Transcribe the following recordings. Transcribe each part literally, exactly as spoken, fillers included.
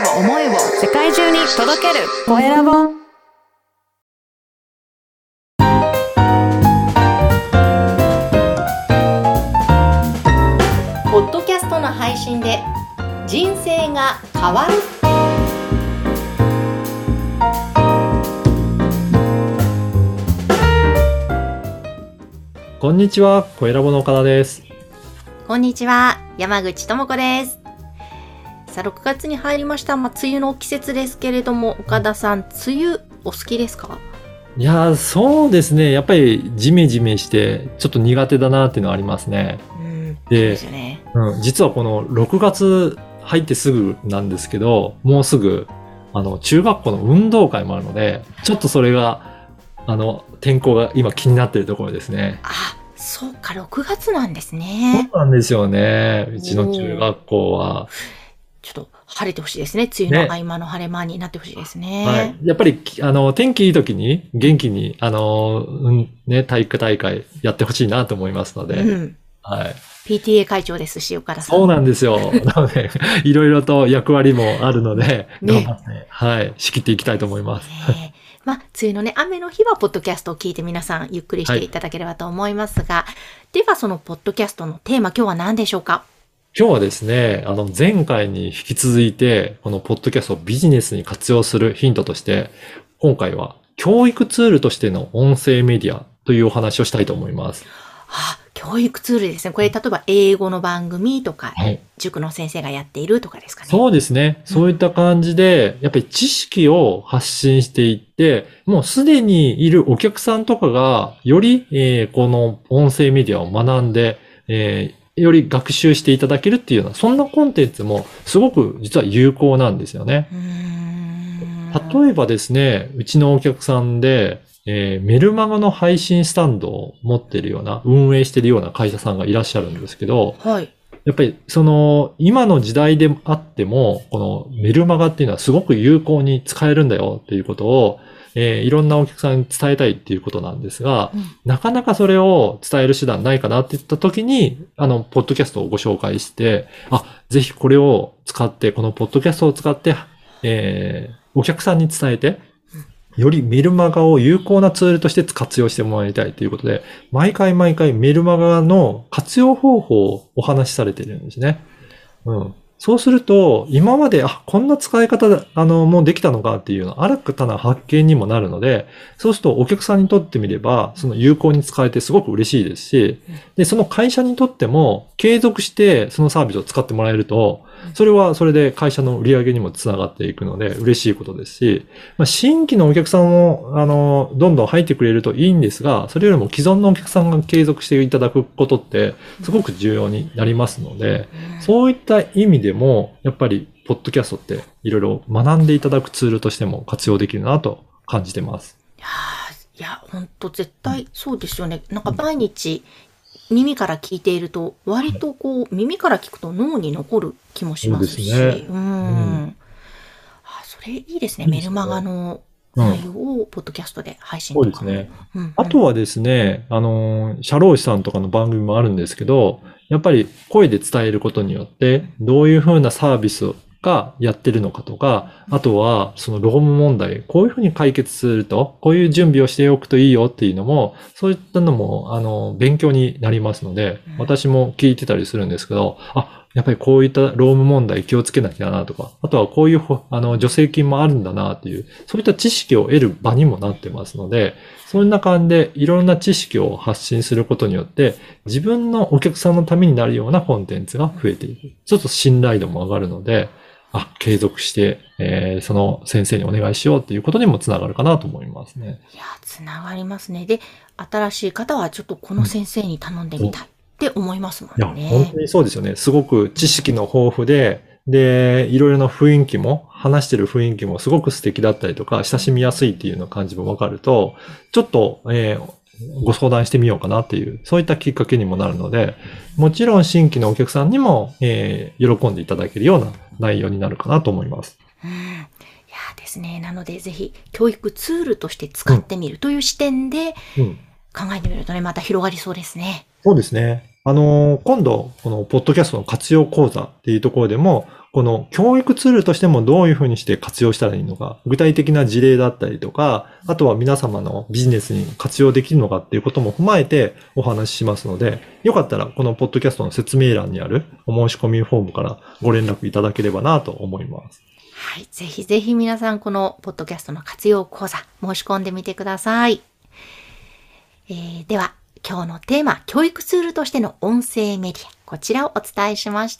を思いを世界中に届けるコエラボ。ポッドキャストの配信で人生が変わる。 こんにちは、コエラボの岡田です。 こんにちは、山口智子です。さあろくがつに入りました。まあ、梅雨の季節ですけれども、岡田さん、梅雨お好きですか？ いやー、そうですね。やっぱりジメジメしてちょっと苦手だなっていうのはありますね。 うん、 で、 そうですよね。 うん、実はこのろくがつ入ってすぐなんですけど、もうすぐあの中学校の運動会もあるので、ちょっとそれがあの天候が今気になっているところですね。 あ、そうか、ろくがつなんですね。 そうなんですよね。うちの中学校は。 ちょっと晴れてほしいですね。梅雨の合間の晴れ間になってほしいですね。 はい。やっぱり、あの、天気いい時に元気に、あの、うん、ね、体育大会やってほしいなと思いますので。うん、はい。 ピーティーエー 会長ですし、岡田さん。 そうなんですよ。なので、いろいろと役割もあるので、頑張って、ね、はい、仕切っていきたいと思います。 ね、まあ、梅雨のね、雨の日は、ポッドキャストを聞いて皆さん、ゆっくりしていただければと思いますが、はい、では、そのポッドキャストのテーマ、今日は何でしょうか？ 今日はですね、あの、前回に引き続いて、このポッドキャストをビジネスに活用するヒントとして、今回は教育ツールとしての音声メディアというお話をしたいと思います。 あ、教育ツールですね。これ、例えば英語の番組とか、はい、塾の先生がやっているとかですかね。 そうですね。そういった感じで、うん、やっぱり知識を発信していって、もうすでにいるお客さんとかが、より、えー、この音声メディアを学んで、えーより学習していただけるっていうような、そんなコンテンツもすごく実は有効なんですよね。例えばですね、うちのお客さんで、えー、メルマガの配信スタンドを持っているような、運営しているような会社さんがいらっしゃるんですけど、はい、やっぱりその今の時代であっても、このメルマガっていうのはすごく有効に使えるんだよっていうことを、えー、いろんなお客さんに伝えたいっていうことなんですが、うん、なかなかそれを伝える手段ないかなって言った時に、あの、ポッドキャストをご紹介して、あ、ぜひこれを使って、このポッドキャストを使って、えー、お客さんに伝えて、よりメルマガを有効なツールとして活用してもらいたいということで、毎回毎回メルマガの活用方法をお話しされてるんですね。うん。そうすると、今まで、あ、こんな使い方、あの、もうできたのかっていうの、新たな発見にもなるので、そうするとお客さんにとってみれば、その有効に使えてすごく嬉しいですし、で、その会社にとっても、継続してそのサービスを使ってもらえると、それはそれで会社の売り上げにもつながっていくので、嬉しいことですし、まあ、新規のお客さんも、あの、どんどん入ってくれるといいんですが、それよりも既存のお客さんが継続していただくことって、すごく重要になりますので、そういった意味でも、やっぱり、ポッドキャストっていろいろ学んでいただくツールとしても活用できるなと感じてます。 いやー、いや、ほんと絶対そうですよね。なんか毎日耳から聞いていると、割とこう、耳から聞くと脳に残る気もしますし。そうですね。うん。うん、あ、それいいですね。メルマガの内容をポッドキャストで配信とか、うん。 そうですね。うんうん、あとはですね、あの、社労士さんとかの番組もあるんですけど、やっぱり声で伝えることによって、どういうふうなサービスがやってるのかとか、あとはその労務問題、こういうふうに解決すると、こういう準備をしておくといいよっていうのも、そういったのも、あの、勉強になりますので、私も聞いてたりするんですけど、あ、やっぱりこういった労務問題気をつけなきゃなとか、あとはこういう、あの、助成金もあるんだなっていう、そういった知識を得る場にもなってますので、そんな感じでいろんな知識を発信することによって、自分のお客さんのためになるようなコンテンツが増えていく。ちょっと信頼度も上がるので、あ、継続して、えー、その先生にお願いしようっていうことにもつながるかなと思いますね。 いや、つながりますね。で、新しい方はちょっとこの先生に頼んでみたいって思いますもんね。 いや、本当にそうですよね。すごく知識の豊富で、で、いろいろな雰囲気も、話してる雰囲気もすごく素敵だったりとか、親しみやすいっていうような感じもわかると、ちょっと、えー、ご相談してみようかなっていう、そういったきっかけにもなるので、もちろん新規のお客さんにも、えー、喜んでいただけるような内容になるかなと思います。 うん、いやですね。なので、ぜひ、教育ツールとして使ってみるという視点で、考えてみるとね、また広がりそうですね。 そうですね。 あのー今度、このポッドキャストの活用講座っていうところでも、この教育ツールとしてもどういうふうにして活用したらいいのか、具体的な事例だったりとか、あとは皆様のビジネスに活用できるのかっていうことも踏まえてお話ししますので、よかったらこのポッドキャストの説明欄にあるお申し込みフォームからご連絡いただければなと思います。 はい。ぜひぜひ皆さん、このポッドキャストの活用講座、申し込んでみてください。えー、では、今日のテーマ、教育ツールとしての音声メディア。こちらをお伝えしました。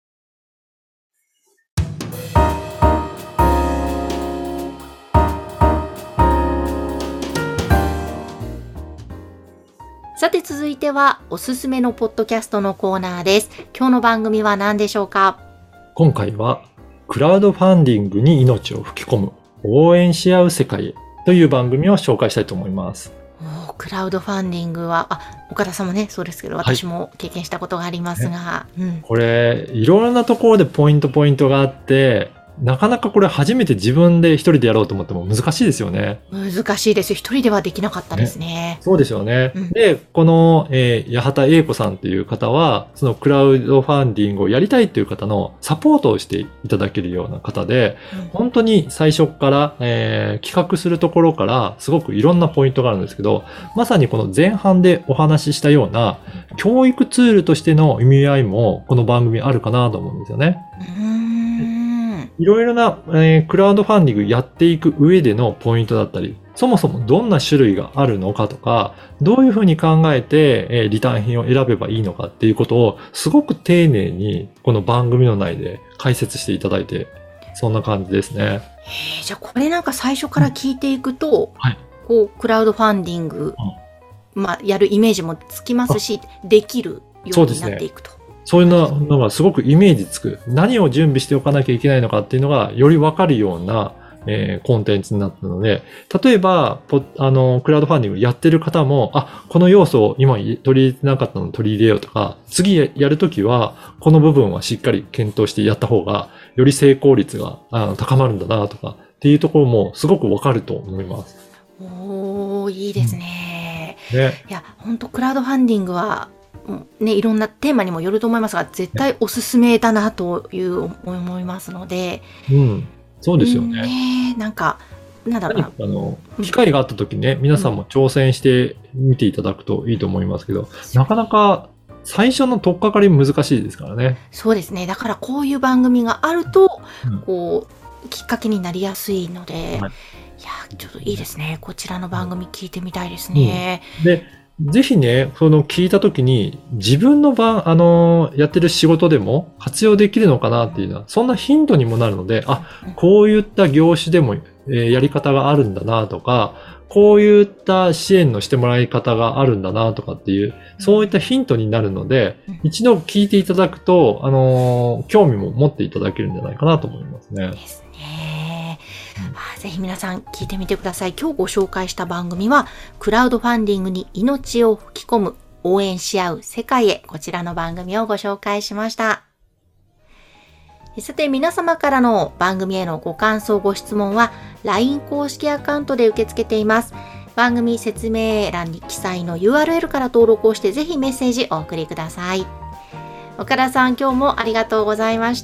さて続いては、おすすめのポッドキャストのコーナーです。今日の番組は何でしょうか？ 今回は、クラウドファンディングに命を吹き込む、応援し合う世界へという番組を紹介したいと思います。 おクラウドファンディングは、あ、岡田さんもね、そうですけど、私も経験したことがありますが、はいうん、 これ、いろんなところでポイントポイントがあって、なかなかこれ初めて自分で一人でやろうと思っても難しいですよね。 難しいです。一人ではできなかったですね。ねそうですよね。 うん、 で、この、えー、八幡英子さんっていう方は、そのクラウドファンディングをやりたいっていう方のサポートをしていただけるような方で、うん、本当に最初から、えー、企画するところからすごくいろんなポイントがあるんですけど、まさにこの前半でお話ししたような教育ツールとしての意味合いもこの番組あるかなと思うんですよね。 うんいろいろな、えー、クラウドファンディングやっていく上でのポイントだったり、そもそもどんな種類があるのかとか、どういうふうに考えて、えー、リターン品を選べばいいのかっていうことをすごく丁寧にこの番組の内で解説していただいて、そんな感じですね。 へーじゃあこれなんか最初から聞いていくと、 うんはい、 こうクラウドファンディング、うん、まあ、やるイメージもつきますし、できるようになっていくと。 そういうのがすごくイメージつく。何を準備しておかなきゃいけないのかっていうのがよりわかるような、えー、コンテンツになったので、例えば、ポあの、クラウドファンディングやってる方も、あ、この要素を今取り入れてなかったのを取り入れようとか、次やるときは、この部分はしっかり検討してやった方が、より成功率があ高まるんだなとか、っていうところもすごくわかると思います。 おー、いいですね。 うん、ね。 いや、本当クラウドファンディングは、ね、いろんなテーマにもよると思いますが、絶対おすすめだなという思いますので。 うん、そうですよね。 ねなんか、なんだろうな。 あの、機会があった時ね、皆さんも挑戦してみていただくといいと思いますけど、うん、なかなか最初の取っかかり難しいですからね。 そうですね。だからこういう番組があると、うん、こう、きっかけになりやすいので、はい、いや、ちょっといいですね。こちらの番組聞いてみたいですね。 うん、でぜひね、その聞いたときに自分の番、あのー、やってる仕事でも活用できるのかなっていうのは、そんなヒントにもなるので、あ、こういった業種でも、えー、やり方があるんだなとか、こういった支援のしてもらい方があるんだなとかっていう、そういったヒントになるので、一度聞いていただくと、あのー、興味も持っていただけるんじゃないかなと思いますね。 ですね。うん、ぜひ皆さん聞いてみてください。今日ご紹介した番組は、クラウドファンディングに命を吹き込む、応援し合う世界へ、こちらの番組をご紹介しました。さて皆様からの番組へのご感想ご質問は ライン 公式アカウントで受け付けています。番組説明欄に記載の ユーアールエル から登録をしてぜひメッセージお送りください。岡田さん、今日もありがとうございました。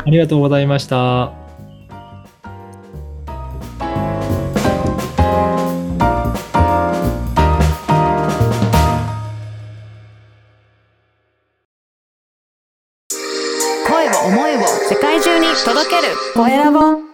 ありがとうございました。 声を思いを世界中に届けるコエラボ。